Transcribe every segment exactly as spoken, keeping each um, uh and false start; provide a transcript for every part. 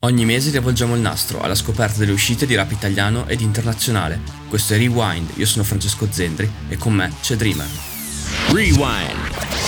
Ogni mese rivolgiamo il nastro alla scoperta delle uscite di rap italiano ed internazionale. Questo è Rewind, io sono Francesco Zendri e con me c'è Dreamer. Rewind.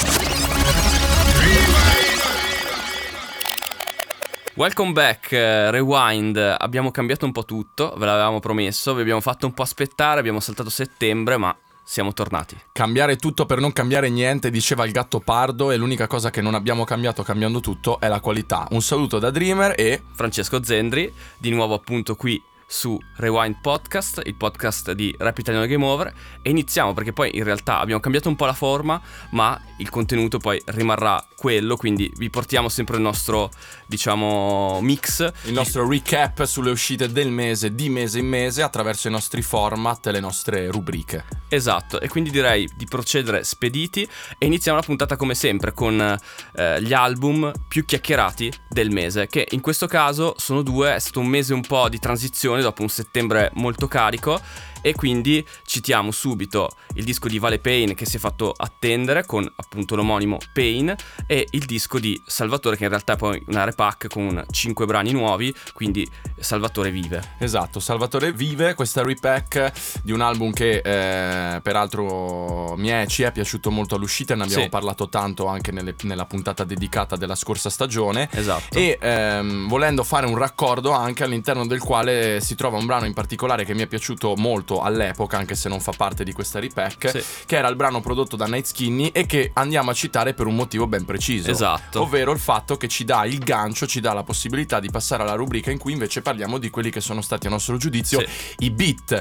Welcome back, uh, Rewind. Abbiamo cambiato un po' tutto, ve l'avevamo promesso, vi abbiamo fatto un po' aspettare, abbiamo saltato settembre, ma siamo tornati. Cambiare tutto per non cambiare niente, diceva il gatto pardo, e l'unica cosa che non abbiamo cambiato cambiando tutto è la qualità. Un saluto da Dreamer e Francesco Zendri, di nuovo appunto qui su Rewind Podcast, il podcast di Rap Italiano Game Over, e iniziamo perché poi in realtà abbiamo cambiato un po' la forma, ma il contenuto poi rimarrà quello, quindi vi portiamo sempre il nostro, diciamo, mix, il nostro recap sulle uscite del mese, di mese in mese, attraverso i nostri format e le nostre rubriche. Esatto, e quindi direi di procedere spediti e iniziamo la puntata come sempre con eh, gli album più chiacchierati del mese, che in questo caso sono due. È stato un mese un po' di transizione dopo un settembre molto carico, e quindi citiamo subito il disco di Vale Pain, che si è fatto attendere con appunto l'omonimo Pain, e il disco di Salvatore, che in realtà è poi una repack con cinque brani nuovi, quindi Salvatore vive. Esatto, Salvatore vive, questa repack di un album che eh, peraltro mi è, ci è piaciuto molto all'uscita, ne abbiamo sì. parlato tanto anche nelle, nella puntata dedicata della scorsa stagione. Esatto. E ehm, volendo fare un raccordo anche all'interno del quale si trova un brano in particolare che mi è piaciuto molto all'epoca, anche se non fa parte di questa repack, sì. che era il brano prodotto da Night Skinny e che andiamo a citare per un motivo ben preciso. Esatto. Ovvero il fatto che ci dà il gancio, ci dà la possibilità di passare alla rubrica in cui invece parliamo di quelli che sono stati a nostro giudizio sì. i beat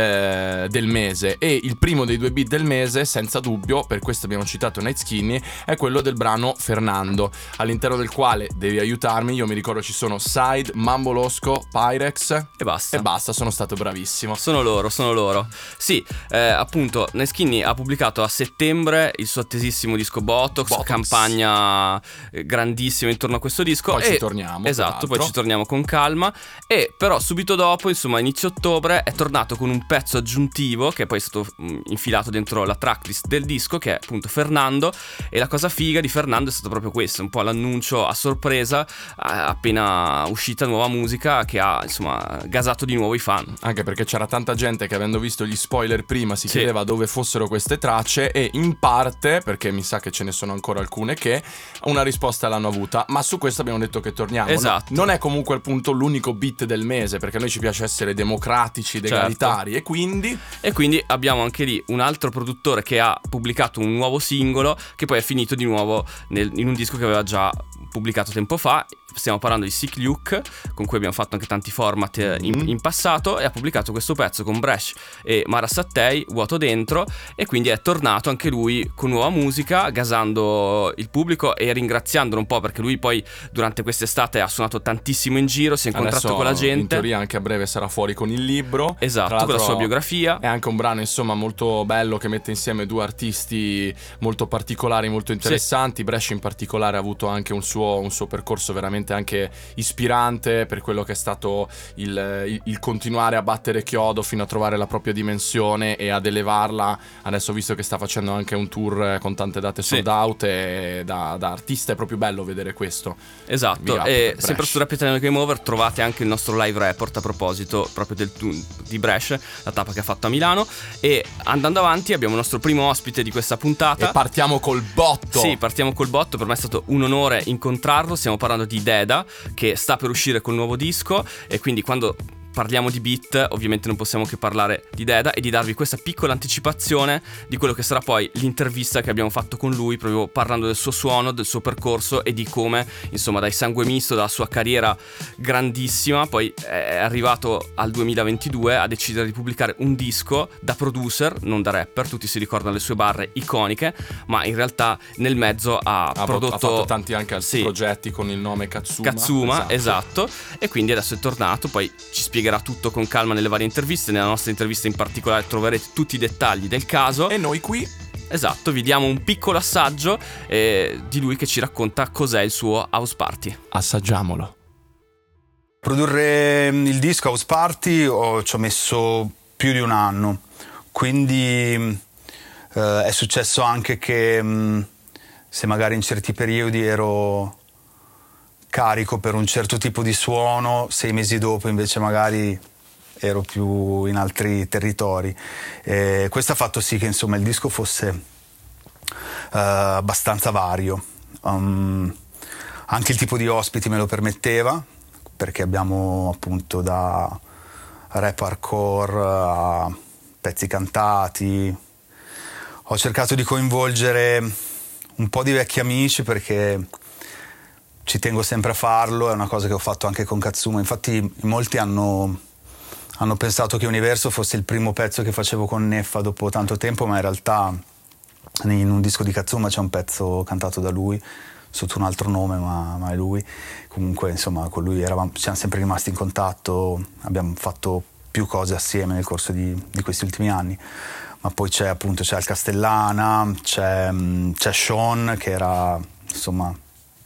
eh, del mese. E il primo dei due beat del mese, senza dubbio, per questo abbiamo citato Night Skinny, è quello del brano Fernando, all'interno del quale, devi aiutarmi, io mi ricordo ci sono Side, Mambo Losco, Pyrex e basta. E basta, sono stato bravissimo. Sono loro, sono loro. Sì, eh, appunto Night Skinny ha pubblicato a settembre il suo attesissimo disco Botox, Botox. campagna grandissima intorno a questo disco. Poi e, ci torniamo. Esatto, poi ci torniamo con calma. E però subito dopo, insomma, inizio ottobre, è tornato con un pezzo aggiuntivo che poi è stato mh, infilato dentro la tracklist del disco, che è appunto Fernando. E la cosa figa di Fernando è stato proprio questo, un po' l'annuncio a sorpresa, appena uscita nuova musica, che ha insomma gasato di nuovo i fan. Anche perché c'era tanta gente che, avendo visto gli spoiler prima, si sì. chiedeva dove fossero queste tracce, e in parte, perché mi sa che ce ne sono ancora alcune che una risposta l'hanno avuta, ma su questo abbiamo detto che torniamo. Esatto. No, non è comunque appunto l'unico beat del mese, perché a noi ci piace essere democratici, egalitari, certo. e quindi e quindi abbiamo anche lì un altro produttore che ha pubblicato un nuovo singolo, che poi è finito di nuovo nel, in un disco che aveva già pubblicato tempo fa. Stiamo parlando di Sick Luke, con cui abbiamo fatto anche tanti format in, mm. in passato, e ha pubblicato questo pezzo con Bresh e Mara Sattei, Vuoto Dentro, e quindi è tornato anche lui con nuova musica, gasando il pubblico e ringraziandolo un po', perché lui poi durante quest'estate ha suonato tantissimo in giro, si è incontrato Adesso, con la gente. in teoria anche a breve sarà fuori con il libro. Esatto, con la sua biografia. È anche un brano insomma molto bello, che mette insieme due artisti molto particolari, molto interessanti. Sì. Bresh in particolare ha avuto anche un suo, un suo percorso veramente anche ispirante, per quello che è stato il, il, il continuare a battere chiodo fino a trovare la propria dimensione e ad elevarla. Adesso ho visto che sta facendo anche un tour con tante date sold sì. out, e da, da artista è proprio bello vedere questo. Esatto. E sempre su Rap Italiano Game Over trovate anche il nostro live report a proposito proprio del tour di Bresh, la tappa che ha fatto a Milano. E andando avanti abbiamo il nostro primo ospite di questa puntata, e partiamo col botto. Sì, partiamo col botto. Per me è stato un onore incontrarlo. Stiamo parlando di Deda, che sta per uscire col nuovo disco, e quindi quando parliamo di beat ovviamente non possiamo che parlare di Deda, e di darvi questa piccola anticipazione di quello che sarà poi l'intervista che abbiamo fatto con lui, proprio parlando del suo suono, del suo percorso e di come insomma dai Sangue Misto, dalla sua carriera grandissima, poi è arrivato al duemilaventidue a decidere di pubblicare un disco da producer, non da rapper. Tutti si ricordano le sue barre iconiche, ma in realtà nel mezzo ha, ha prodotto ha fatto tanti anche altri sì, progetti con il nome Katsuma Katsuma, esatto. esatto E quindi adesso è tornato, poi ci spiega tutto con calma nelle varie interviste. Nella nostra intervista in particolare troverete tutti i dettagli del caso, e noi qui, esatto, vi diamo un piccolo assaggio eh, di lui che ci racconta cos'è il suo House Party. Assaggiamolo. Produrre il disco House Party oh, ci ho messo più di un anno, quindi eh, è successo anche che mh, se magari in certi periodi ero carico per un certo tipo di suono, sei mesi dopo invece magari ero più in altri territori. E questo ha fatto sì che insomma il disco fosse uh, abbastanza vario. Um, anche il tipo di ospiti me lo permetteva, perché abbiamo appunto da rap hardcore a pezzi cantati. Ho cercato di coinvolgere un po' di vecchi amici perché ci tengo sempre a farlo, è una cosa che ho fatto anche con Katsuma. Infatti molti hanno, hanno pensato che Universo fosse il primo pezzo che facevo con Neffa dopo tanto tempo, ma in realtà in un disco di Katsuma c'è un pezzo cantato da lui sotto un altro nome, ma, ma è lui. Comunque insomma con lui eravamo, siamo sempre rimasti in contatto, abbiamo fatto più cose assieme nel corso di, di questi ultimi anni. Ma poi c'è appunto c'è Al Castellana, c'è, c'è Sean che era insomma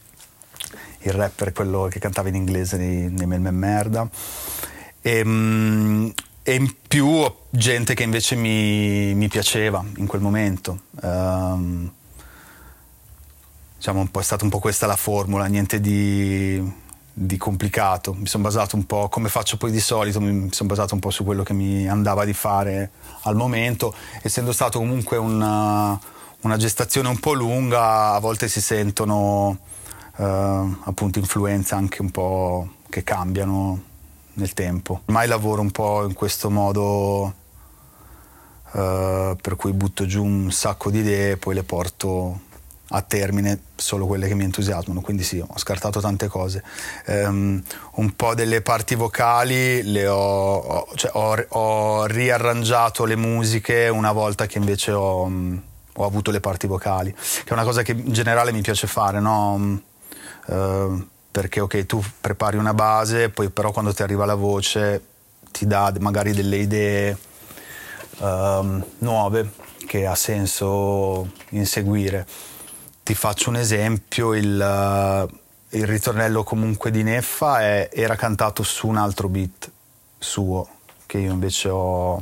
il rapper, quello che cantava in inglese nei, nei Mel Men Merda, e, e in più gente che invece mi, mi piaceva in quel momento. Um, diciamo un po', è stata un po' questa la formula, niente di di complicato. Mi sono basato un po', come faccio poi di solito, mi sono basato un po' su quello che mi andava di fare al momento. Essendo stato comunque una, una gestazione un po' lunga, a volte si sentono eh, appunto influenze anche un po' che cambiano nel tempo. Ormai lavoro un po' in questo modo eh, per cui butto giù un sacco di idee e poi le porto a termine solo quelle che mi entusiasmano, quindi sì, ho scartato tante cose. Um, un po' delle parti vocali le ho, ho, cioè ho, ho riarrangiato le musiche una volta che invece ho, um, ho avuto le parti vocali, che è una cosa che in generale mi piace fare, no? Um, uh, perché ok, tu prepari una base, poi però quando ti arriva la voce ti dà magari delle idee um, nuove che ha senso inseguire. Ti faccio un esempio, il, uh, il ritornello comunque di Neffa è, era cantato su un altro beat suo, che io invece ho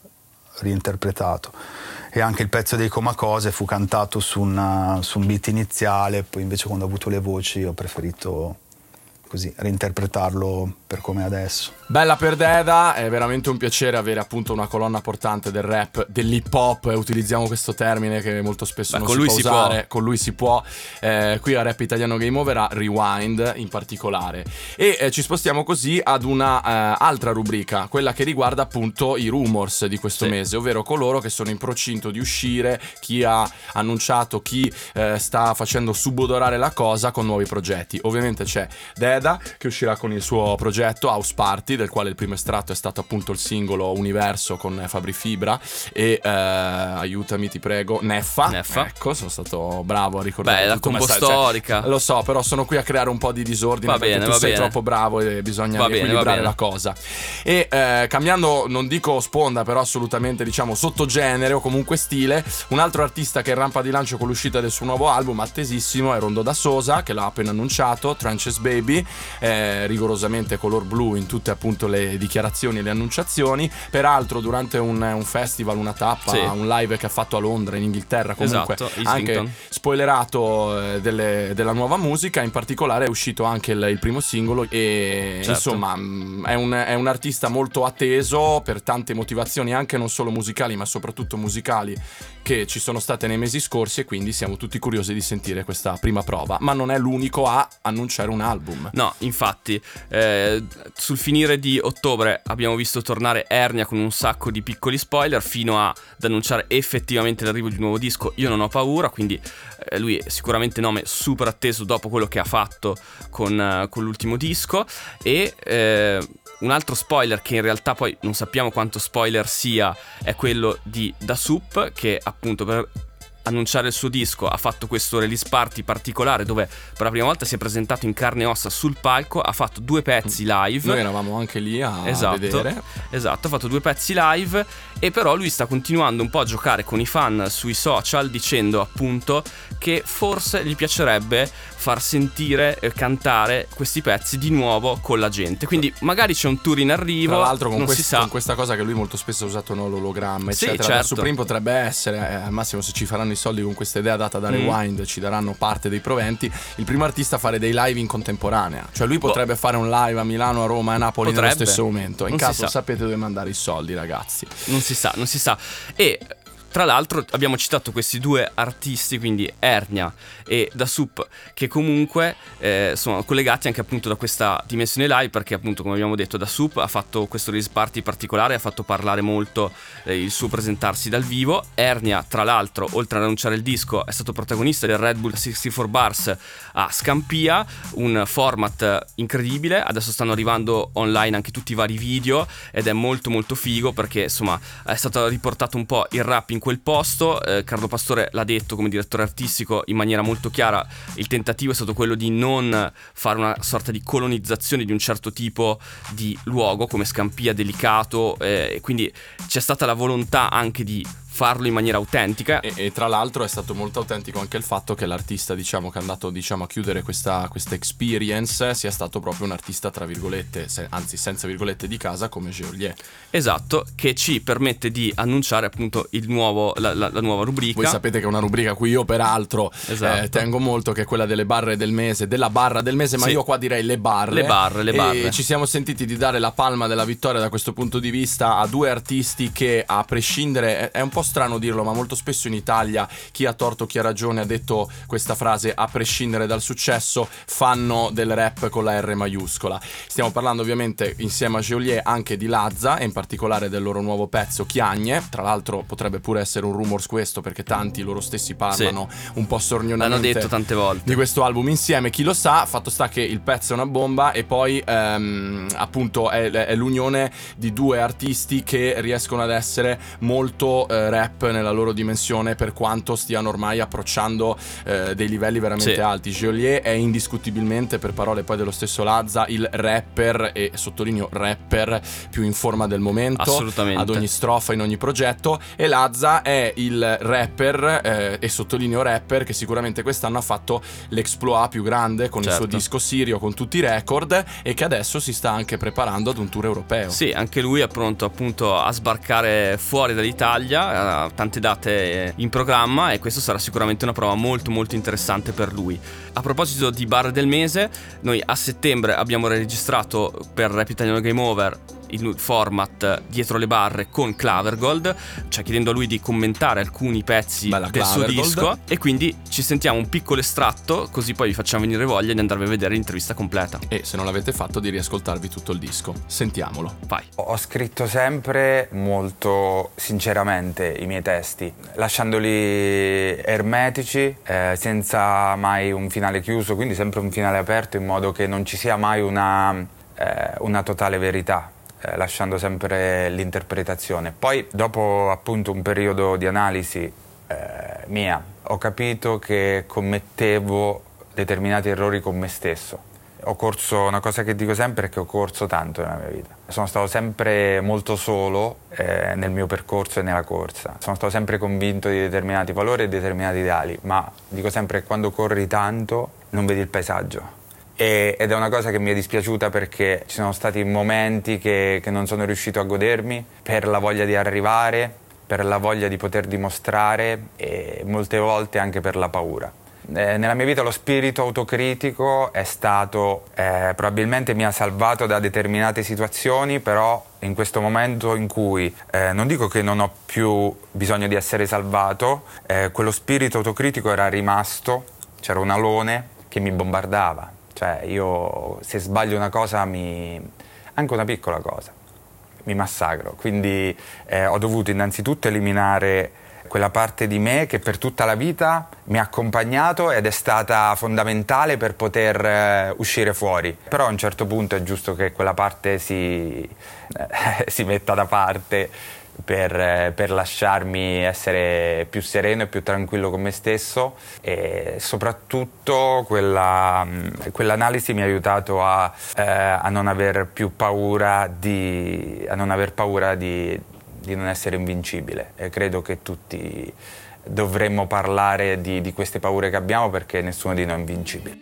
reinterpretato. E anche il pezzo dei Comacose fu cantato su, una, su un beat iniziale, poi invece quando ho avuto le voci ho preferito così reinterpretarlo per come è adesso. Bella per Deda, è veramente un piacere avere appunto una colonna portante del rap, dell'hip hop, utilizziamo questo termine che molto spesso Beh, non si può si usare, può. Con lui si può, eh, qui a Rap Italiano Game Over, a Rewind in particolare. E eh, ci spostiamo così ad una eh, altra rubrica, quella che riguarda appunto i rumors di questo sì. mese, ovvero coloro che sono in procinto di uscire, chi ha annunciato, chi eh, sta facendo subodorare la cosa con nuovi progetti. Ovviamente c'è Deda che uscirà con il suo progetto House Party, del quale il primo estratto è stato appunto il singolo Universo con Fabri Fibra e eh, aiutami ti prego Neffa. Neffa ecco, sono stato bravo a ricordare. Beh, la combo storica, cioè, lo so, però sono qui a creare un po' di disordine va perché bene, tu sei bene. troppo bravo e bisogna va riequilibrare bene, la cosa. E eh, cambiando, non dico sponda, però assolutamente diciamo sottogenere o comunque stile, un altro artista che rampa di lancio con l'uscita del suo nuovo album attesissimo è Rondo da Sosa, che l'ha appena annunciato, Trenches Baby, eh, rigorosamente color blu in tutte appunto le dichiarazioni e le annunciazioni. Peraltro durante un, un festival, una tappa, sì. un live che ha fatto a Londra in Inghilterra, comunque esatto, anche spoilerato eh, delle, della nuova musica. In particolare è uscito anche il, il primo singolo e certo. insomma è un, è un artista molto atteso per tante motivazioni, anche non solo musicali ma soprattutto musicali, che ci sono state nei mesi scorsi, e quindi siamo tutti curiosi di sentire questa prima prova. Ma non è l'unico a annunciare un album. No, infatti eh, sul finire di ottobre abbiamo visto tornare Ernia con un sacco di piccoli spoiler fino a, ad annunciare effettivamente l'arrivo di un nuovo disco. Io non ho paura, quindi eh, lui è sicuramente nome super atteso dopo quello che ha fatto con, uh, con l'ultimo disco. E eh, un altro spoiler che in realtà poi non sappiamo quanto spoiler sia è quello di Da Soup, che appunto per annunciare il suo disco ha fatto questo release party particolare dove per la prima volta si è presentato in carne e ossa sul palco, ha fatto due pezzi live. Noi eravamo anche lì a esatto, vedere. Esatto, ha fatto due pezzi live, e però lui sta continuando un po' a giocare con i fan sui social dicendo appunto che forse gli piacerebbe far sentire e cantare questi pezzi di nuovo con la gente. Quindi magari c'è un tour in arrivo. Tra l'altro con, non quest- si sa. con questa cosa che lui molto spesso ha usato no, l'ologramma eccetera. Sì, certo. Da Supreme potrebbe essere, eh, al massimo se ci faranno daranno i soldi con questa idea data da Rewind, mm. ci daranno parte dei proventi, il primo artista a fare dei live in contemporanea. Cioè lui potrebbe oh. fare un live a Milano, a Roma, a Napoli potrebbe. nello stesso momento. In non caso sapete dove mandare i soldi, ragazzi. Non si sa, non si sa. E tra l'altro abbiamo citato questi due artisti, quindi Ernia e Da Soup, che comunque eh, sono collegati anche appunto da questa dimensione live, perché appunto, come abbiamo detto, Da Soup ha fatto questo release party particolare, ha fatto parlare molto eh, il suo presentarsi dal vivo. Ernia, tra l'altro, oltre ad annunciare il disco, è stato protagonista del Red Bull sessantaquattro Bars a Scampia, un format incredibile. Adesso stanno arrivando online anche tutti i vari video ed è molto molto figo, perché insomma è stato riportato un po' il rap in quel posto. eh, Carlo Pastore l'ha detto come direttore artistico in maniera molto chiara: il tentativo è stato quello di non fare una sorta di colonizzazione di un certo tipo di luogo come Scampia, delicato, eh, e quindi c'è stata la volontà anche di farlo in maniera autentica. E, e tra l'altro è stato molto autentico anche il fatto che l'artista, diciamo, che è andato, diciamo, a chiudere questa, questa experience sia stato proprio un artista tra virgolette, se, anzi senza virgolette, di casa, come Geolier. Esatto, che ci permette di annunciare appunto il nuovo, la, la, la nuova rubrica. Voi sapete che è una rubrica a cui io peraltro esatto. eh, tengo molto, che è quella delle barre del mese, della barra del mese, ma sì. io qua direi le barre. Le barre, le barre. E ci siamo sentiti di dare la palma della vittoria da questo punto di vista a due artisti che, a prescindere, è un po' strano dirlo, ma molto spesso in Italia chi ha torto, chi ha ragione, ha detto questa frase: a prescindere dal successo fanno del rap con la R maiuscola. Stiamo parlando ovviamente, insieme a Geolier, anche di Lazza, e in particolare del loro nuovo pezzo Chiagne. Tra l'altro potrebbe pure essere un rumors questo, perché tanti loro stessi parlano sì. un po' sorgnonamente, l'hanno detto tante volte, di questo album insieme. Chi lo sa, fatto sta che il pezzo è una bomba, e poi ehm, appunto è, è l'unione di due artisti che riescono ad essere molto eh, rap nella loro dimensione, per quanto stiano ormai approcciando eh, dei livelli veramente sì. alti. Geolier è indiscutibilmente, per parole poi dello stesso Lazza, il rapper, e sottolineo rapper, più in forma del momento, assolutamente, ad ogni strofa, in ogni progetto. E Lazza è il rapper, eh, e sottolineo rapper, che sicuramente quest'anno ha fatto l'exploit più grande con certo. il suo disco Sirio, con tutti i record, e che adesso si sta anche preparando ad un tour europeo. Sì, anche lui è pronto appunto a sbarcare fuori dall'Italia, tante date in programma, e questo sarà sicuramente una prova molto molto interessante per lui. A proposito di barre del mese, noi a settembre abbiamo registrato per Rap Italiano Game Over il format Dietro le barre con Clavergold, cioè chiedendo a lui di commentare alcuni pezzi Bella del Clavergold. suo disco, e quindi ci sentiamo un piccolo estratto, così poi vi facciamo venire voglia di andarvi a vedere l'intervista completa, e se non l'avete fatto di riascoltarvi tutto il disco. Sentiamolo. Vai. Ho scritto sempre molto sinceramente i miei testi, lasciandoli ermetici, eh, senza mai un finale chiuso, quindi sempre un finale aperto, in modo che non ci sia mai una, eh, una totale verità, eh, lasciando sempre l'interpretazione. Poi, dopo appunto un periodo di analisi eh, mia, ho capito che commettevo determinati errori con me stesso. Ho corso, una cosa che dico sempre è che ho corso tanto nella mia vita. Sono stato sempre molto solo eh, nel mio percorso e nella corsa. Sono stato sempre convinto di determinati valori e determinati ideali, ma dico sempre che quando corri tanto non vedi il paesaggio. E, ed è una cosa che mi è dispiaciuta, perché ci sono stati momenti che, che non sono riuscito a godermi per la voglia di arrivare, per la voglia di poter dimostrare, e molte volte anche per la paura. Eh, nella mia vita lo spirito autocritico è stato, eh, probabilmente mi ha salvato da determinate situazioni, però in questo momento in cui, eh, non dico che non ho più bisogno di essere salvato, eh, quello spirito autocritico era rimasto, c'era un alone che mi bombardava. Cioè io, se sbaglio una cosa, mi... anche una piccola cosa, mi massacro. Quindi eh, ho dovuto innanzitutto eliminare quella parte di me che per tutta la vita mi ha accompagnato ed è stata fondamentale per poter eh, uscire fuori. Però a un certo punto è giusto che quella parte si, eh, si metta da parte per, eh, per lasciarmi essere più sereno e più tranquillo con me stesso, e soprattutto quella, quell'analisi mi ha aiutato a, eh, a non aver più paura di, a non aver paura di di non essere invincibile. E credo che tutti dovremmo parlare di, di queste paure che abbiamo, perché nessuno di noi è invincibile.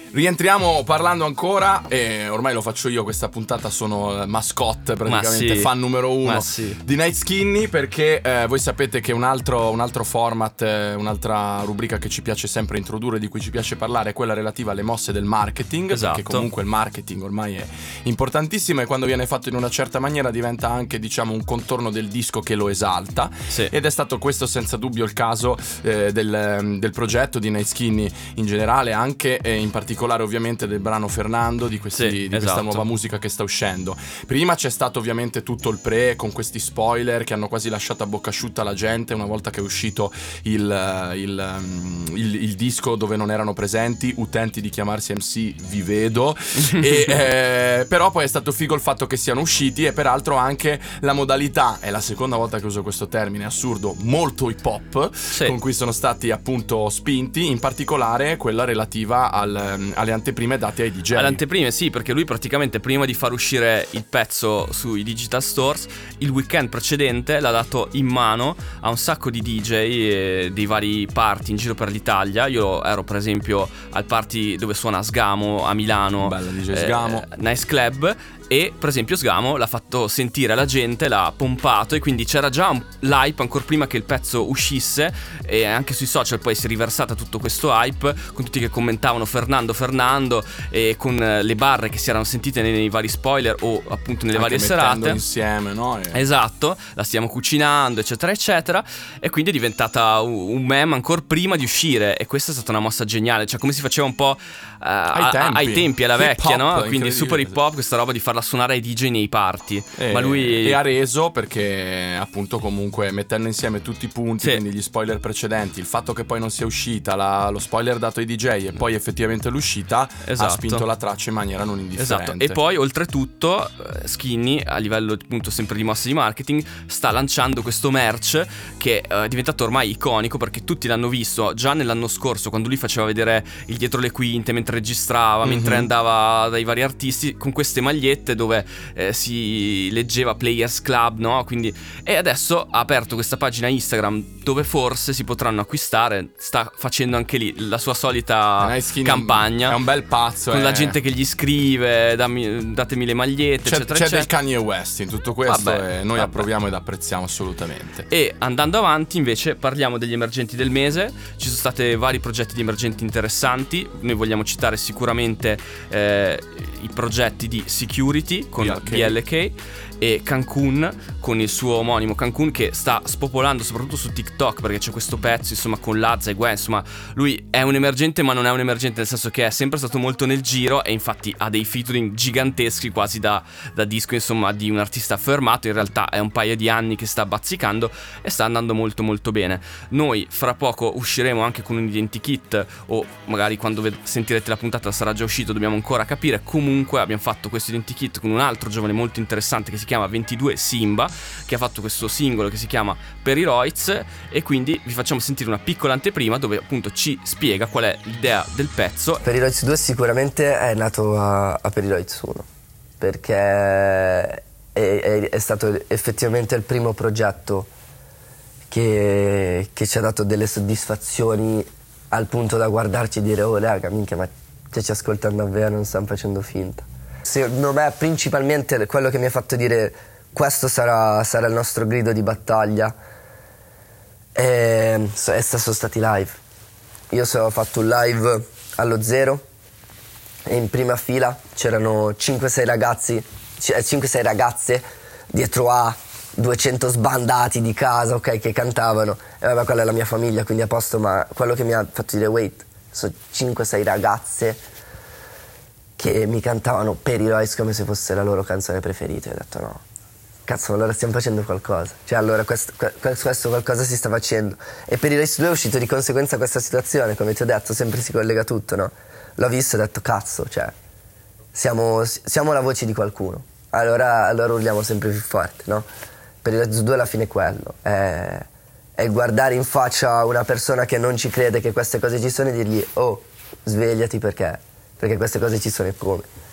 Rientriamo parlando ancora, e ormai lo faccio io, questa puntata sono mascotte praticamente, sì. fan numero uno sì. di Night Skinny, perché eh, voi sapete che un altro, un altro format, eh, un'altra rubrica che ci piace sempre introdurre, di cui ci piace parlare, è quella relativa alle mosse del marketing, esatto. Perché comunque il marketing ormai è importantissimo e quando viene fatto in una certa maniera diventa anche, diciamo, un contorno del disco che lo esalta, sì. ed è stato questo senza dubbio il caso eh, del, del progetto di Night Skinny in generale, anche e in particolare ovviamente del brano Fernando, di, questi, sì, di esatto. questa nuova musica che sta uscendo. Prima c'è stato ovviamente tutto il pre con questi spoiler che hanno quasi lasciato a bocca asciutta la gente una volta che è uscito il, il, il, il disco, dove non erano presenti utenti di chiamarsi M C vi vedo e, eh, però poi è stato figo il fatto che siano usciti, e peraltro anche la modalità, è la seconda volta che uso questo termine assurdo, molto hip hop, sì. con cui sono stati appunto spinti, in particolare quella relativa al alle anteprime date ai D J. Alle anteprime, sì, perché lui praticamente prima di far uscire il pezzo sui digital stores, il weekend precedente l'ha dato in mano a un sacco di D J e dei vari party in giro per l'Italia. Io ero per esempio al party dove suona Sgamo a Milano, bella D J Sgamo, eh, Nice Club, e per esempio Sgamo l'ha fatto sentire alla gente, l'ha pompato, e quindi c'era già un l'hype ancora prima che il pezzo uscisse, e anche sui social poi si è riversata tutto questo hype con tutti che commentavano Fernando Fernando e con le barre che si erano sentite nei, nei vari spoiler o appunto nelle anche varie serate insieme, no? E... esatto, la stiamo cucinando eccetera eccetera, e quindi è diventata un meme ancora prima di uscire, e questa è stata una mossa geniale, cioè come si faceva un po' uh, ai, tempi. ai tempi alla vecchia, hip hop, no? Quindi super hip hop, questa roba di farla suonare ai D J nei party. E, ma lui e ha reso, perché appunto comunque mettendo insieme tutti i punti, sì. quindi gli spoiler precedenti, il fatto che poi non sia uscita la, lo spoiler dato ai D J e poi effettivamente l'uscita, esatto. ha spinto la traccia in maniera non indifferente. Esatto. E poi oltretutto Skinny, a livello appunto sempre di mosse di marketing, sta lanciando questo merch che è diventato ormai iconico, perché tutti l'hanno visto già nell'anno scorso quando lui faceva vedere il dietro le quinte mentre registrava, mm-hmm. mentre andava dai vari artisti con queste magliette dove eh, si leggeva Players Club, no? Quindi, e adesso ha aperto questa pagina Instagram dove forse si potranno acquistare, sta facendo anche lì la sua solita campagna, è un bel pazzo, con eh. la gente che gli scrive dammi, datemi le magliette, c'è, eccetera c'è eccetera. del Kanye West in tutto questo. Vabbè, e noi vabbè. approviamo ed apprezziamo assolutamente. E andando avanti invece parliamo degli emergenti del mese. Ci sono stati vari progetti di emergenti interessanti. Noi vogliamo citare sicuramente eh, i progetti di Security con B L K e Cancun con il suo omonimo Cancun, che sta spopolando soprattutto su TikTok, perché c'è questo pezzo insomma con Lazza e Gwen. Insomma lui è un emergente ma non è un emergente, nel senso che è sempre stato molto nel giro, e infatti ha dei featuring giganteschi quasi da, da disco insomma di un artista affermato. In realtà è un paio di anni che sta bazzicando e sta andando molto molto bene. Noi fra poco usciremo anche con un identikit, o magari quando ved- sentirete la puntata sarà già uscito, dobbiamo ancora capire. Comunque abbiamo fatto questo identikit con un altro giovane molto interessante che si chiama ventidue Simba, che ha fatto questo singolo che si chiama Periroids, e quindi vi facciamo sentire una piccola anteprima dove appunto ci spiega qual è l'idea del pezzo. Periroids due sicuramente è nato a, a Periroids uno, perché è, è, è stato effettivamente il primo progetto che, che ci ha dato delle soddisfazioni al punto da guardarci e dire oh raga, minchia, ma che ci ascoltano davvero, non stanno facendo finta. Secondo me principalmente quello che mi ha fatto dire questo sarà, sarà il nostro grido di battaglia è, è sono stati live. Io ho fatto un live allo Zero e in prima fila c'erano cinque sei ragazzi, cinque sei ragazze dietro a duecento sbandati di casa, ok, che cantavano, e vabbè, quella è la mia famiglia, quindi a posto. Ma quello che mi ha fatto dire wait, sono cinque sei ragazze che mi cantavano Periroids come se fosse la loro canzone preferita. E ho detto no, cazzo, allora stiamo facendo qualcosa, cioè allora questo, questo qualcosa si sta facendo. E Periroids due è uscito di conseguenza a questa situazione, come ti ho detto, sempre si collega tutto, no? L'ho visto e ho detto cazzo, cioè siamo, siamo la voce di qualcuno, allora, allora urliamo sempre più forte, no? Periroids due alla fine è quello, è, è guardare in faccia una persona che non ci crede che queste cose ci sono e dirgli oh, svegliati, perché perché queste cose ci sono e come.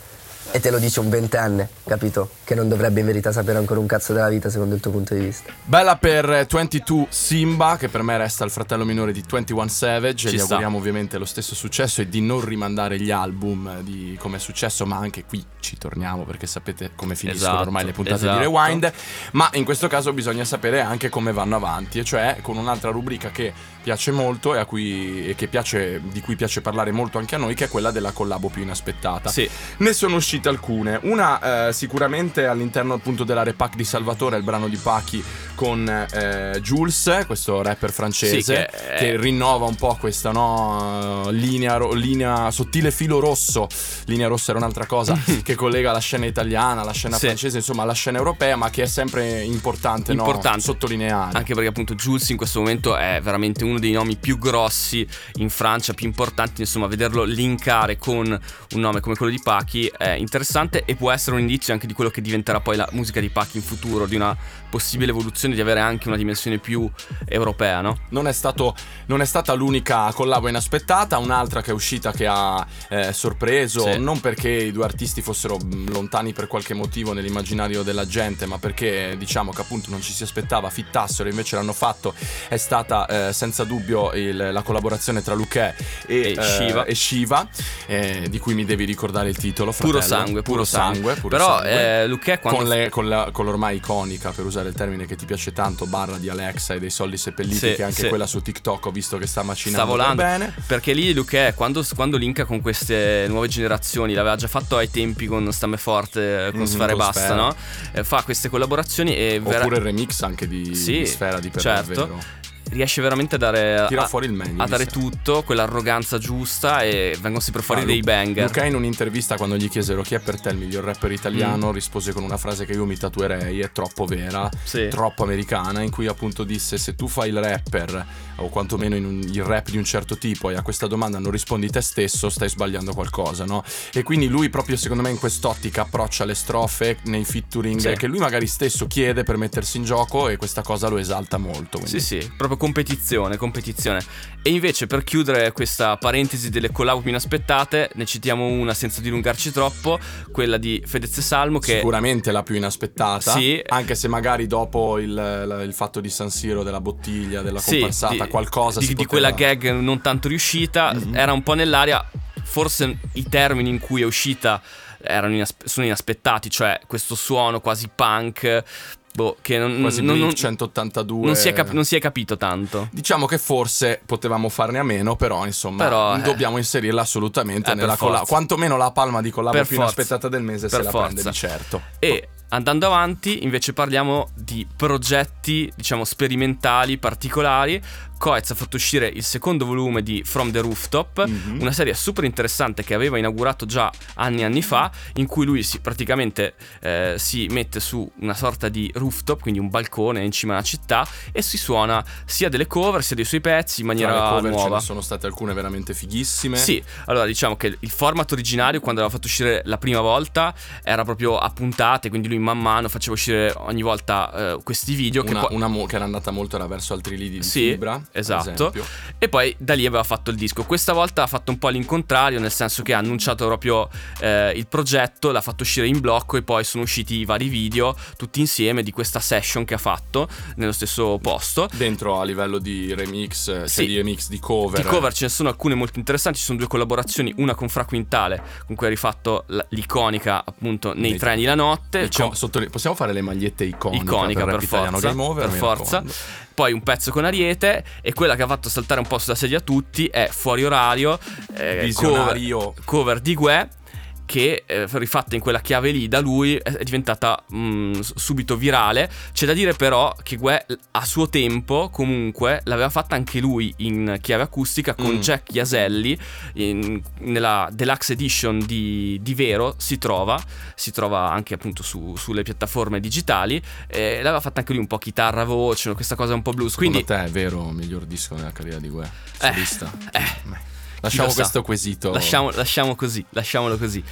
e te lo dice un ventenne, capito? Che non dovrebbe in verità sapere ancora un cazzo della vita secondo il tuo punto di vista. Bella per ventidue Simba, che per me resta il fratello minore di ventuno Savage. Ci gli sta. auguriamo ovviamente lo stesso successo e di non rimandare gli album di come è successo, ma anche qui ci torniamo perché sapete come finiscono Esatto, ormai le puntate esatto. di Rewind. Ma in questo caso bisogna sapere anche come vanno avanti, e cioè con un'altra rubrica che piace molto e, a cui, e che piace, di cui piace parlare molto anche a noi, che è quella della collabo più inaspettata. Sì. Ne sono uscite alcune. Una eh, sicuramente all'interno appunto della Repack di Salvatore, il brano di Pachi con eh, Jules, questo rapper francese, Sì, che, che è... rinnova un po' questa no, linea, ro- linea sottile filo rosso. Linea rossa era un'altra cosa che collega la scena italiana, la scena Sì. francese, insomma la scena europea, ma che è sempre importante, Importante. no? Sottolineare. Anche perché appunto Jules in questo momento è veramente uno dei nomi più grossi in Francia, più importanti, insomma vederlo linkare con un nome come quello di Pachi è interessante e può essere un indizio anche di quello che diventerà poi la musica di Pachi in futuro, di una possibile evoluzione, di avere anche una dimensione più europea, no? Non è, stato, non è stata l'unica collabo inaspettata, un'altra che è uscita che ha eh, sorpreso, Sì. non perché i due artisti fossero mh, lontani per qualche motivo nell'immaginario della gente, ma perché diciamo che appunto non ci si aspettava fittassero, invece l'hanno fatto. È stata eh, senza dubbio il, la collaborazione tra Luché e, E Shiva. eh, e Shiva, eh, di cui mi devi ricordare il titolo, fratello. Puro sangue, puro sangue. puro Però sangue. eh, Luché quando... Con, le, con, la, con l'ormai iconica, per usare il termine che ti piace tanto, barra di Alexa e dei soldi seppelliti, Sì, che anche sì. quella su TikTok ho visto che sta sta macinando volando per bene. perché lì Luché quando, quando linka con queste nuove generazioni, l'aveva già fatto ai tempi con Stamme Forte, con Mhm, Sfera e con Basta, Sfera. no? Eh, fa queste collaborazioni e vera- Oppure il remix anche di, Sì, di Sfera di Per certo. Davvero. riesce veramente a dare Tira a, fuori il meglio a di dare sé. tutto, quell'arroganza giusta, e vengono sempre fuori Ah, dei Lu- banger. Luca in un'intervista, quando gli chiesero chi è per te il miglior rapper italiano, Mm. rispose con una frase che io mi tatuerei, è troppo vera, Sì. troppo americana, in cui appunto disse: se tu fai il rapper, o quantomeno in un, il rap di un certo tipo, e a questa domanda non rispondi te stesso, stai sbagliando qualcosa, no? E quindi lui proprio secondo me in quest'ottica approccia le strofe nei featuring Sì. che lui magari stesso chiede per mettersi in gioco, e questa cosa lo esalta molto, quindi. Sì, sì, proprio competizione, competizione. E invece, per chiudere questa parentesi delle collab più inaspettate, ne citiamo una senza dilungarci troppo, quella di Fedez e Salmo, che Sicuramente la più inaspettata, Sì. anche se magari dopo il, la- il fatto di San Siro, della bottiglia, della sì, comparsata, di- qualcosa di, si di poteva- quella gag non tanto riuscita, Mhm. era un po' nell'aria. Forse i termini in cui è uscita erano inaspe- sono inaspettati, cioè questo suono quasi punk, boh, che non, quasi non, Blink non- centottantadue. non si è cap- non si è capito tanto. Diciamo che forse potevamo farne a meno, però insomma Però, eh. dobbiamo inserirla assolutamente Eh, per nella forza. collab. Quantomeno la palma di collab Per più forza. inaspettata del mese se Per la forza. prende di certo. E andando avanti, invece, parliamo di progetti, diciamo, sperimentali, particolari. Coez ha fatto uscire il secondo volume di From the Rooftop, Mhm. una serie super interessante che aveva inaugurato già anni e anni fa, in cui lui si, praticamente eh, si mette su una sorta di rooftop, quindi un balcone in cima alla città, e si suona sia delle cover sia dei suoi pezzi in Tra maniera le cover ce nuova. ne sono state alcune veramente fighissime. Sì, allora diciamo che il format originario, quando l'aveva fatto uscire la prima volta, era proprio a puntate, quindi lui man mano faceva uscire ogni volta eh, questi video che Una, poi... una mo- che era andata molto era verso altri lidi di Sì, fibra, per esatto. esempio. E poi da lì aveva fatto il disco. Questa volta ha fatto un po' l'incontrario, nel senso che ha annunciato proprio eh, il progetto, l'ha fatto uscire in blocco, e poi sono usciti i vari video tutti insieme di questa session che ha fatto nello stesso posto. Dentro a livello di remix, cioè Sì. di remix di cover. Di cover ce ne sono alcune molto interessanti. Ci sono due collaborazioni, una con Fra Quintale, con cui ha rifatto l- l'iconica appunto Nei Nei- treni la notte. Il C'è co- un- sottoline- possiamo fare le magliette iconiche iconica per, per, Rap Italiano forza, Game Over, per mi forza. raccomando. Poi un pezzo con Ariete, e quella che ha fatto saltare un po' sulla sedia tutti è Fuori Orario, eh, Visionario. cover, cover di Guè, che eh, rifatta in quella chiave lì da lui è è diventata mh, s- subito virale. C'è da dire però che Guè a suo tempo comunque l'aveva fatta anche lui in chiave acustica con Mm. Jack Iaselli in- nella deluxe edition di, di Vero si trova si trova anche appunto su- sulle piattaforme digitali, e l'aveva fatta anche lui un po' chitarra voce, questa cosa un po' blues, Secondo quindi te è vero miglior disco nella carriera di Guè? Eh, Solista? eh, Beh, lasciamo lo sa. questo quesito. Lasciamo, lasciamo così, lasciamolo così.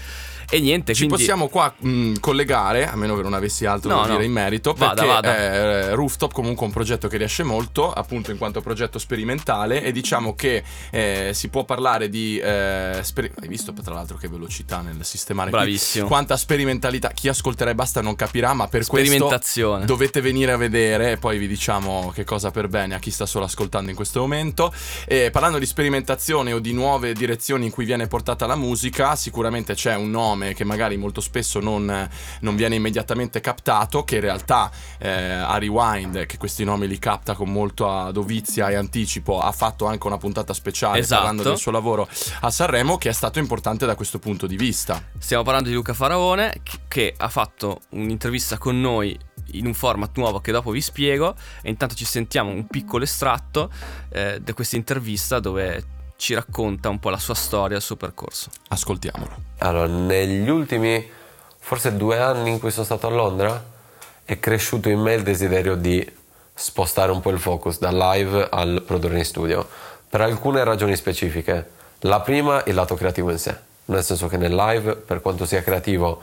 E niente, ci quindi... possiamo qua mh, collegare, a meno che non avessi altro no, da dire no. in merito, vada, perché vada. Eh, Rooftop comunque è un progetto che riesce molto, appunto in quanto progetto sperimentale, e diciamo che eh, si può parlare di eh, sper- hai visto tra l'altro che velocità nel sistemare qui? Bravissimo. Quanta sperimentalità, chi ascolterà e basta non capirà, ma per questo Sperimentazione. dovete venire a vedere e poi vi diciamo che cosa per bene a chi sta solo ascoltando in questo momento. E parlando di sperimentazione o di nuove direzioni in cui viene portata la musica, sicuramente c'è un nome che magari molto spesso non, non viene immediatamente captato, che in realtà eh, a Rewind, che questi nomi li capta con molta dovizia e anticipo, ha fatto anche una puntata speciale esatto. parlando del suo lavoro a Sanremo, che è stato importante da questo punto di vista. Stiamo parlando di Luca Faraone, che, che ha fatto un'intervista con noi in un format nuovo che dopo vi spiego, e intanto ci sentiamo un piccolo estratto eh, di questa intervista dove ci racconta un po' la sua storia, il suo percorso. Ascoltiamolo. Allora, negli ultimi forse due anni in cui sono stato a Londra è cresciuto in me il desiderio di spostare un po' il focus dal live al produrre in studio, per alcune ragioni specifiche. La prima, il lato creativo in sé, nel senso che nel live, per quanto sia creativo,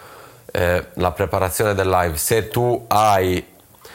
eh, la preparazione del live, se tu hai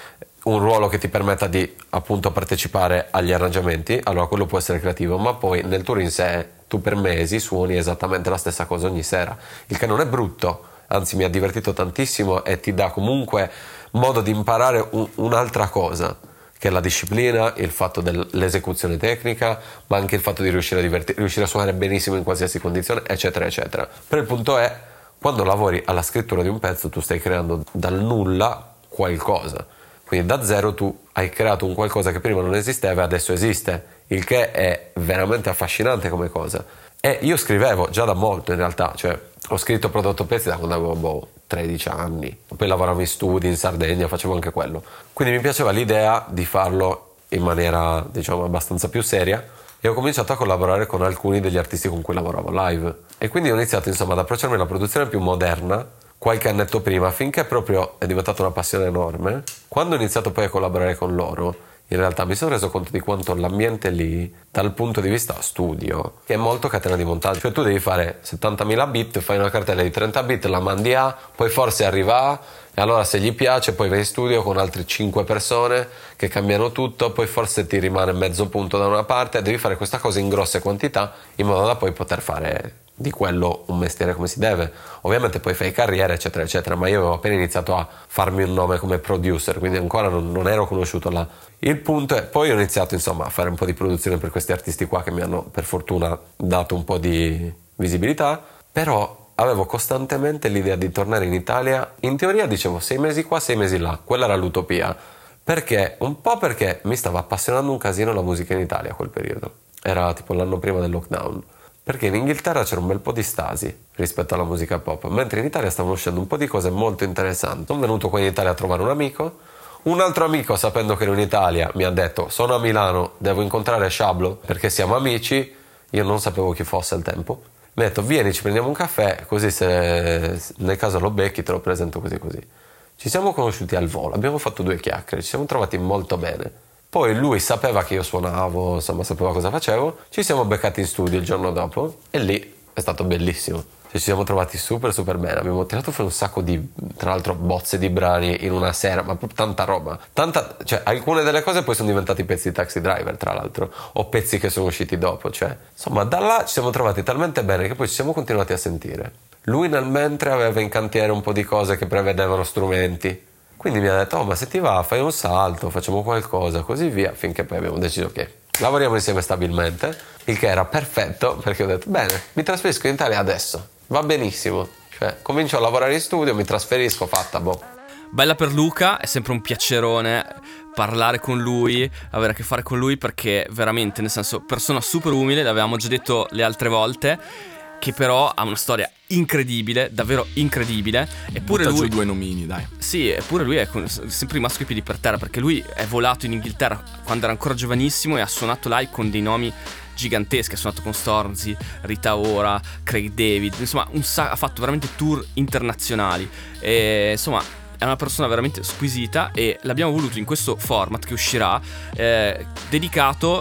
un ruolo che ti permetta di appunto partecipare agli arrangiamenti, allora quello può essere creativo, ma poi nel tour in sé tu per mesi suoni esattamente la stessa cosa ogni sera, il che non è brutto, anzi mi ha divertito tantissimo e ti dà comunque modo di imparare un, un'altra cosa, che è la disciplina, il fatto dell'esecuzione tecnica, ma anche il fatto di riuscire a, divertir- riuscire a suonare benissimo in qualsiasi condizione, eccetera eccetera. Però il punto è, quando lavori alla scrittura di un pezzo tu stai creando dal nulla qualcosa, quindi da zero tu hai creato un qualcosa che prima non esisteva e adesso esiste, il che è veramente affascinante come cosa. E io scrivevo già da molto in realtà, cioè ho scritto, prodotto pezzi da quando avevo boh, tredici anni, poi lavoravo in studi in Sardegna, facevo anche quello, quindi mi piaceva l'idea di farlo in maniera diciamo abbastanza più seria e ho cominciato a collaborare con alcuni degli artisti con cui lavoravo live e quindi ho iniziato insomma ad approcciarmi alla produzione più moderna qualche annetto prima, finché proprio è diventata una passione enorme. Quando ho iniziato poi a collaborare con loro, in realtà mi sono reso conto di quanto l'ambiente lì, dal punto di vista studio, è molto catena di montaggio. Cioè tu devi fare settantamila bit, fai una cartella di trenta bit, la mandi a, poi forse arriva a, e allora se gli piace poi vai in studio con altre cinque persone che cambiano tutto, poi forse ti rimane mezzo punto da una parte, devi fare questa cosa in grosse quantità in modo da poi poter fare di quello un mestiere come si deve. Ovviamente poi fai carriera eccetera eccetera, ma io avevo appena iniziato a farmi un nome come producer, quindi ancora non, non ero conosciuto là. Il punto è, poi ho iniziato insomma a fare un po' di produzione per questi artisti qua che mi hanno per fortuna dato un po' di visibilità, però avevo costantemente l'idea di tornare in Italia. In teoria dicevo sei mesi qua, sei mesi là, quella era l'utopia, perché un po' perché mi stava appassionando un casino la musica in Italia a quel periodo, era tipo l'anno prima del lockdown, perché in Inghilterra c'era un bel po' di stasi rispetto alla musica pop, mentre in Italia stavano uscendo un po' di cose molto interessanti. Sono venuto qua in Italia a trovare un amico, un altro amico, sapendo che ero in Italia, mi ha detto sono a Milano, devo incontrare Shablo perché siamo amici, io non sapevo chi fosse al tempo, mi ha detto vieni, ci prendiamo un caffè, così se nel caso lo becchi te lo presento così così. Ci siamo conosciuti al volo, abbiamo fatto due chiacchiere, ci siamo trovati molto bene. Poi lui sapeva che io suonavo, insomma sapeva cosa facevo, ci siamo beccati in studio il giorno dopo e lì è stato bellissimo. Cioè, ci siamo trovati super super bene, abbiamo tirato fuori un sacco di, tra l'altro, bozze di brani in una sera, ma proprio tanta roba. Tanta, cioè alcune delle cose poi sono diventati pezzi di Taxi Driver, tra l'altro, o pezzi che sono usciti dopo, cioè insomma da là ci siamo trovati talmente bene che poi ci siamo continuati a sentire. Lui nel mentre aveva in cantiere un po' di cose che prevedevano strumenti. Quindi mi ha detto, oh ma se ti va fai un salto, facciamo qualcosa, così via, finché poi abbiamo deciso che lavoriamo insieme stabilmente, il che era perfetto, perché ho detto, bene, mi trasferisco in Italia adesso, va benissimo, cioè comincio a lavorare in studio, mi trasferisco, fatta, boh. Bella per Luca, è sempre un piacerone parlare con lui, avere a che fare con lui, perché veramente, nel senso, persona super umile, l'avevamo già detto le altre volte, che però ha una storia incredibile, davvero incredibile. Eppure Butta lui giù due nomini, dai. Sì, eppure lui è sempre rimasto coi piedi per terra, perché lui è volato in Inghilterra quando era ancora giovanissimo e ha suonato live con dei nomi giganteschi. Ha suonato con Stormzy, Rita Ora, Craig David, insomma un sa- ha fatto veramente tour internazionali e insomma è una persona veramente squisita, e l'abbiamo voluto in questo format che uscirà eh, dedicato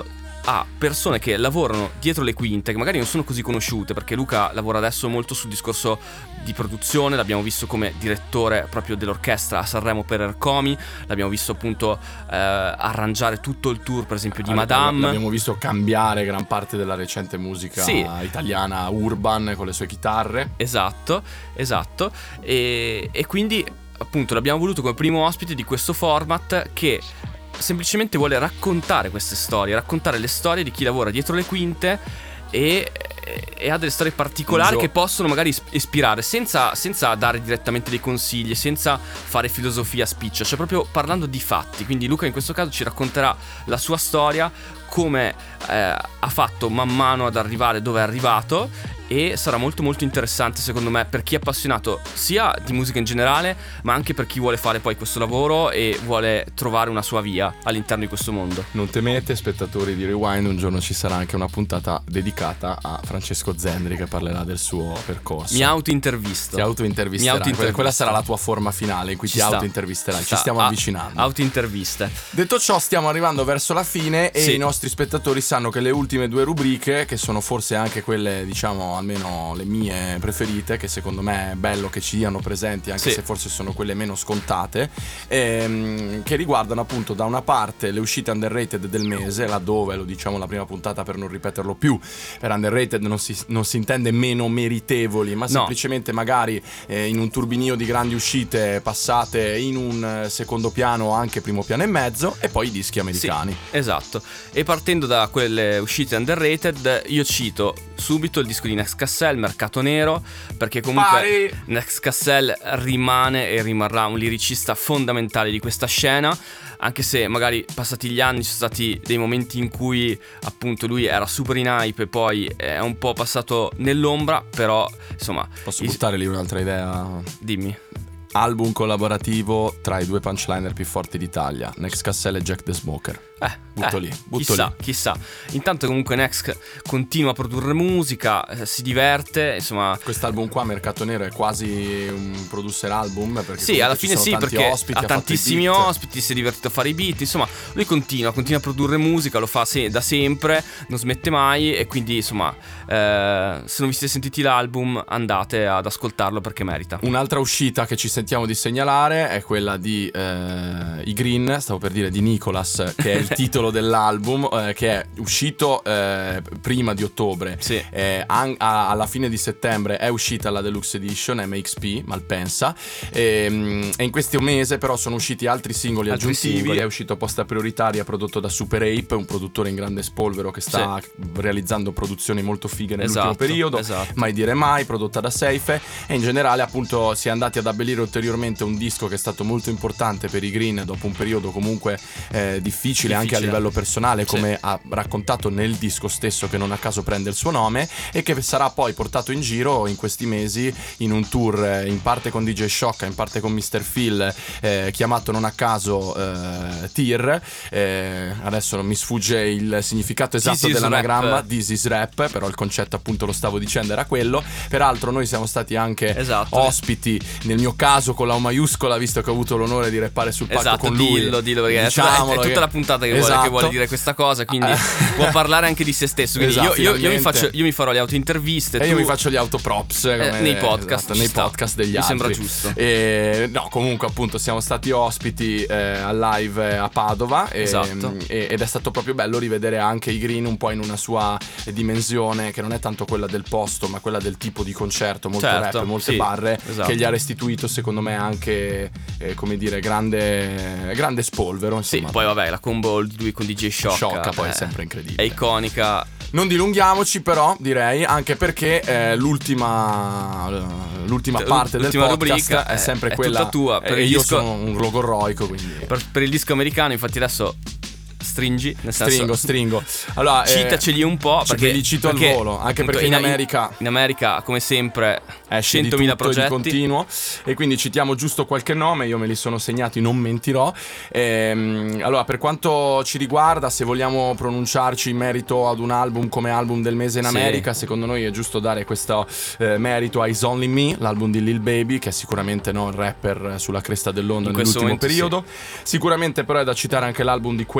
a persone che lavorano dietro le quinte, che magari non sono così conosciute, perché Luca lavora adesso molto sul discorso di produzione, l'abbiamo visto come direttore proprio dell'orchestra a Sanremo per Ercomi, l'abbiamo visto appunto eh, arrangiare tutto il tour per esempio di Madame, l'abbiamo visto cambiare gran parte della recente musica sì. italiana urban con le sue chitarre. Esatto, esatto, e, e quindi appunto l'abbiamo voluto come primo ospite di questo format che semplicemente vuole raccontare queste storie, raccontare le storie di chi lavora dietro le quinte e, e ha delle storie particolari Gio- che possono magari ispirare senza, senza dare direttamente dei consigli, senza fare filosofia a spiccio, cioè proprio parlando di fatti. Quindi Luca in questo caso ci racconterà la sua storia, come eh, ha fatto man mano ad arrivare dove è arrivato, e sarà molto molto interessante secondo me per chi è appassionato sia di musica in generale, ma anche per chi vuole fare poi questo lavoro e vuole trovare una sua via all'interno di questo mondo. Non temete, spettatori di Rewind, un giorno ci sarà anche una puntata dedicata a Francesco Zendri che parlerà del suo percorso. Mi auto-intervisto. Ti auto-intervisterai. Mi auto-intervisto. Quella sarà la tua forma finale in cui Ci ti sta. auto-intervisterai. Ci Ci sta. stiamo A- avvicinando. Auto-interviste. Detto ciò, stiamo arrivando verso la fine e Sì. i nostri spettatori sanno che le ultime due rubriche, che sono forse anche quelle, diciamo, almeno le mie preferite, che secondo me è bello che ci siano presenti, anche Sì. se forse sono quelle meno scontate, ehm, che riguardano appunto da una parte le uscite underrated del mese, laddove, lo diciamo la prima puntata per non ripeterlo più, per underrated non si, non si intende meno meritevoli, ma No. semplicemente magari eh, in un turbinio di grandi uscite passate in un eh, secondo piano o anche primo piano e mezzo, e poi i dischi americani. Sì, esatto. E partendo da quelle uscite underrated, io cito subito il disco di Next Cassel, Mercato Nero, perché comunque Pari. Next Cassel rimane e rimarrà un liricista fondamentale di questa scena, anche se magari passati gli anni ci sono stati dei momenti in cui appunto lui era super in hype e poi è un po' passato nell'ombra, però insomma... Posso i- buttare lì un'altra idea? Dimmi. Album collaborativo tra i due punchliner più forti d'Italia, Next Cassel e Jack the Smoker. Eh, Butto eh, lì, butto chissà, lì. chissà. Intanto comunque Next continua a produrre musica, eh, si diverte, insomma. Quest'album qua, Mercato Nero, è quasi un producer album, perché Sì, alla comunque ci fine sono sì, tanti perché ospiti, ha fatto i tantissimi beat. ospiti, si è divertito a fare i beat, insomma, lui continua, continua a produrre musica, lo fa se- da sempre, non smette mai, e quindi insomma, eh, se non vi siete sentiti l'album andate ad ascoltarlo perché merita. Un'altra uscita che ci sentiamo di segnalare è quella di eh, I Green, stavo per dire di Nicolas, che è il titolo dell'album, eh, che è uscito eh, prima di ottobre. Sì. Eh, an- a- alla fine di settembre è uscita la Deluxe Edition M X P, Malpensa, e, e in questo mese però sono usciti altri singoli Altri aggiuntivi. singoli. È uscito Posta Prioritaria, prodotto da Super Ape, un produttore in grande spolvero che sta realizzando produzioni molto fighe nell'ultimo Esatto, periodo. esatto. Mai dire mai, prodotta da Seife, e in generale appunto si è andati ad abbellire ulteriormente un disco che è stato molto importante per i Green dopo un periodo comunque eh, difficile, anche a Difficile. livello personale, Sì. come ha raccontato nel disco stesso, che non a caso prende il suo nome, e che sarà poi portato in giro in questi mesi in un tour eh, in parte con D J Shock, in parte con mister Phil, eh, chiamato non a caso eh, T I R. Eh, adesso non mi sfugge il significato esatto This is dell'anagramma, rap. This is Rap, però il concetto appunto lo stavo dicendo era quello. Peraltro noi siamo stati anche Esatto. ospiti, nel mio caso con la O maiuscola, visto che ho avuto l'onore di rappare sul palco Esatto, con lui. dillo, dillo, perché è tutta- è, Diciamolo è tutta che- la puntata che, vuole, che Esatto. vuole dire questa cosa, quindi Eh. può parlare anche di se stesso. Quindi Esatto, io, io- io mi finalmente. faccio, io mi farò le autointerviste. E tu- io mi faccio gli autoprops Eh, come- nei podcast, esatto, ci nei sta. podcast degli Mi altri. sembra giusto. E, no, comunque appunto siamo stati ospiti eh, al live a Padova e- Esatto. e- ed è stato proprio bello rivedere anche i Green un po' in una sua dimensione, che non è tanto quella del posto ma quella del tipo di concerto, molto Certo, rap, molte sì, barre, esatto. che gli ha restituito secondo me anche eh, come dire grande, grande spolvero, Sì, insomma. poi vabbè, la combo di lui con D J Shock, Sciocca, poi è eh, sempre incredibile. è iconica. Non dilunghiamoci però, direi, anche perché eh, l'ultima l'ultima parte L'ultima del podcast rubrica è è- sempre è quella tutta tua. Per e il io disco- sono un logorroico, quindi Per, per il disco americano, infatti adesso stringi, nel senso, stringo, stringo. Allora, eh, citaceli un po', ce perché li cito al perché, volo, anche appunto, perché in America in America come sempre esce di centomila tutto e di progetti. continuo, e quindi citiamo giusto qualche nome, io me li sono segnati, non mentirò. Ehm, allora, per quanto ci riguarda, se vogliamo pronunciarci in merito ad un album come album del mese in Sì. America, secondo noi è giusto dare questo eh, merito a Is Only Me, l'album di Lil Baby, che è sicuramente no, il rapper sulla cresta dell'onda In questo nell'ultimo momento periodo. Sicuramente però è da citare anche l'album di Quavo e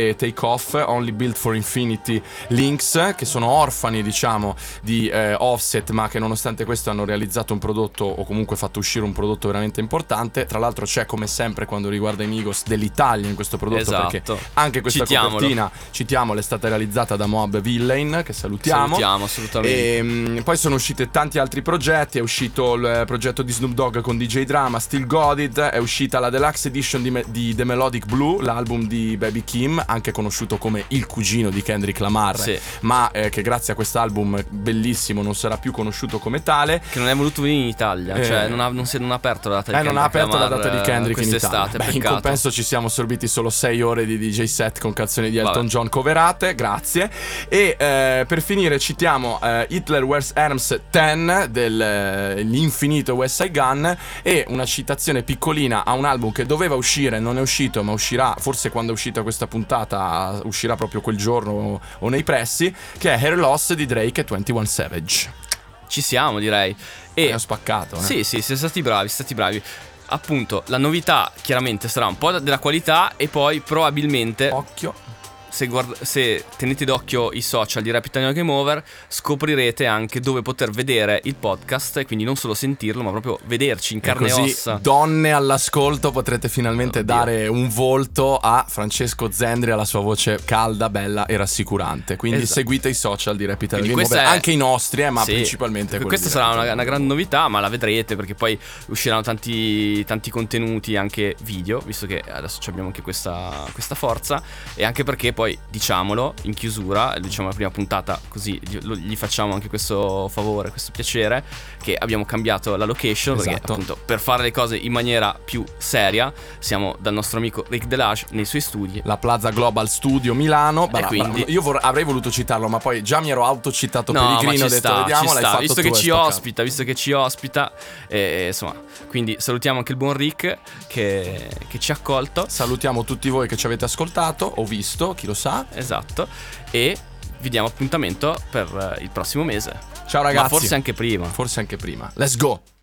e Take Off, Only Built for Infinity Links, che sono orfani diciamo di eh, Offset, ma che nonostante questo hanno realizzato un prodotto, o comunque fatto uscire un prodotto veramente importante. Tra l'altro c'è, come sempre quando riguarda i Migos, dell'Italia in questo prodotto, esatto. Perché anche questa Citiamolo. copertina, citiamolo, è stata realizzata da Moab Villain, che salutiamo. Salutiamo assolutamente. E mh, poi sono usciti tanti altri progetti. È uscito il progetto di Snoop Dogg con D J Drama, Still Got It. È uscita la Deluxe Edition di, Me- di The Melodic Blue, l'album di Baby Kim, anche conosciuto come il cugino di Kendrick Lamar, sì. ma eh, che grazie a quest'album bellissimo non sarà più conosciuto come tale. Che non è voluto venire in Italia, eh, cioè non ha, non, si, non ha aperto la data di eh, Kendrick non ha aperto Lamar, la data di Kendrick in Italia. Beh, Beh, in compenso ci siamo assorbiti solo sei ore di D J set con canzoni di Elton Vabbè. John coverate, grazie. E eh, per finire citiamo eh, Hitler Wears Hermes dieci dell'infinito West Side Gun, e una citazione piccolina a un album che doveva uscire, non è uscito, ma uscirà forse quando è uscita questa puntata, uscirà proprio quel giorno o, o nei pressi, che è Hair Loss di Drake e ventuno Savage. Ci siamo, direi. E ho spaccato, eh? Sì, sì, siete stati bravi, siete stati bravi. Appunto, la novità chiaramente sarà un po' della qualità, e poi probabilmente, occhio, se, guarda- se tenete d'occhio i social di Rap Italiano Game Over, scoprirete anche dove poter vedere il podcast, e quindi non solo sentirlo, ma proprio vederci in carne e, e così, ossa. donne all'ascolto, potrete finalmente Oddio. dare un volto a Francesco Zendri, alla sua voce calda, bella e rassicurante. Quindi Esatto. seguite i social di Rap Italiano Quindi Game Over, questa è- anche i nostri, eh, ma Sì, principalmente quelli questa di sarà Rap una, Italiano una Game grande novità, ma la vedrete, perché poi usciranno tanti, tanti contenuti, anche video, visto che adesso abbiamo anche questa, questa forza, e anche perché poi, diciamolo in chiusura, lo diciamo la prima puntata, così gli, lo- gli facciamo anche questo favore, questo piacere, che abbiamo cambiato la location, perché Esatto. appunto per fare le cose in maniera più seria siamo dal nostro amico Rick Delage nei suoi studi. La Plaza Global Studio Milano. Bra- quindi- bra- io vor- avrei voluto citarlo, ma poi già mi ero autocitato No, per ma il grino, ci ho detto sta, vediamo, ci l'hai sta. fatto Visto tu che e ci sto cazzo. ospita, visto che ci ospita, eh, insomma, quindi salutiamo anche il buon Rick che, che ci ha accolto. Salutiamo tutti voi che ci avete ascoltato o visto, chi lo sa. Esatto. E vi diamo appuntamento per eh, il prossimo mese. Ciao ragazzi. Ma forse anche prima. Forse anche prima. Let's go.